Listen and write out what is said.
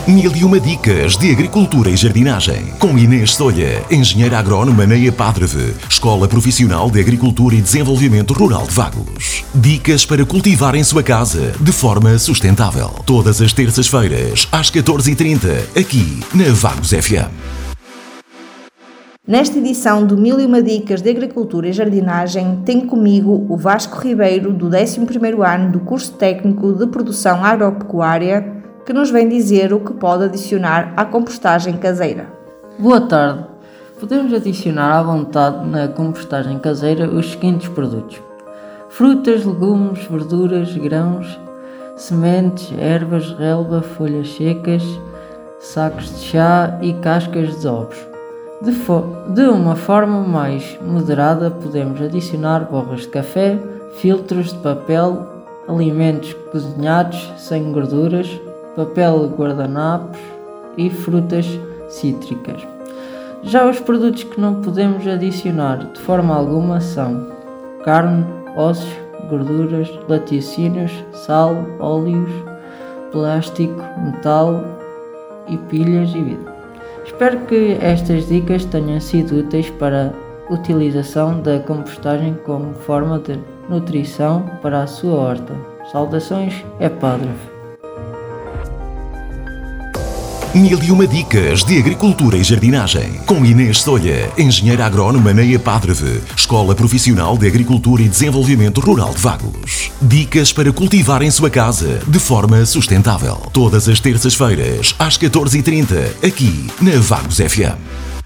1001 dicas de agricultura e jardinagem. Com Inês Solha, engenheira agrónoma na EPADREV, Escola Profissional de Agricultura e Desenvolvimento Rural de Vagos. Dicas para cultivar em sua casa de forma sustentável. Todas as terças-feiras, às 14h30, aqui na Vagos FM. Nesta edição do 1001 dicas de agricultura e jardinagem, tenho comigo o Vasco Ribeiro, do 11º ano do curso técnico de produção agropecuária, que nos vem dizer o que pode adicionar à compostagem caseira. Boa tarde. Podemos adicionar à vontade na compostagem caseira os seguintes produtos: frutas, legumes, verduras, grãos, sementes, ervas, relva, folhas secas, sacos de chá e cascas de ovos. De uma forma mais moderada, podemos adicionar borras de café, filtros de papel, alimentos cozinhados sem gorduras, papel guardanapos e frutas cítricas. Já os produtos que não podemos adicionar de forma alguma são carne, ossos, gorduras, laticínios, sal, óleos, plástico, metal e pilhas e vidro. Espero que estas dicas tenham sido úteis para a utilização da compostagem como forma de nutrição para a sua horta. Saudações, EPADREV. 1001 dicas de agricultura e jardinagem. Com Inês Solha, engenheira agrónoma na EPADREV, Escola Profissional de Agricultura e Desenvolvimento Rural de Vagos. Dicas para cultivar em sua casa de forma sustentável. Todas as terças-feiras, às 14h30, aqui na Vagos FM.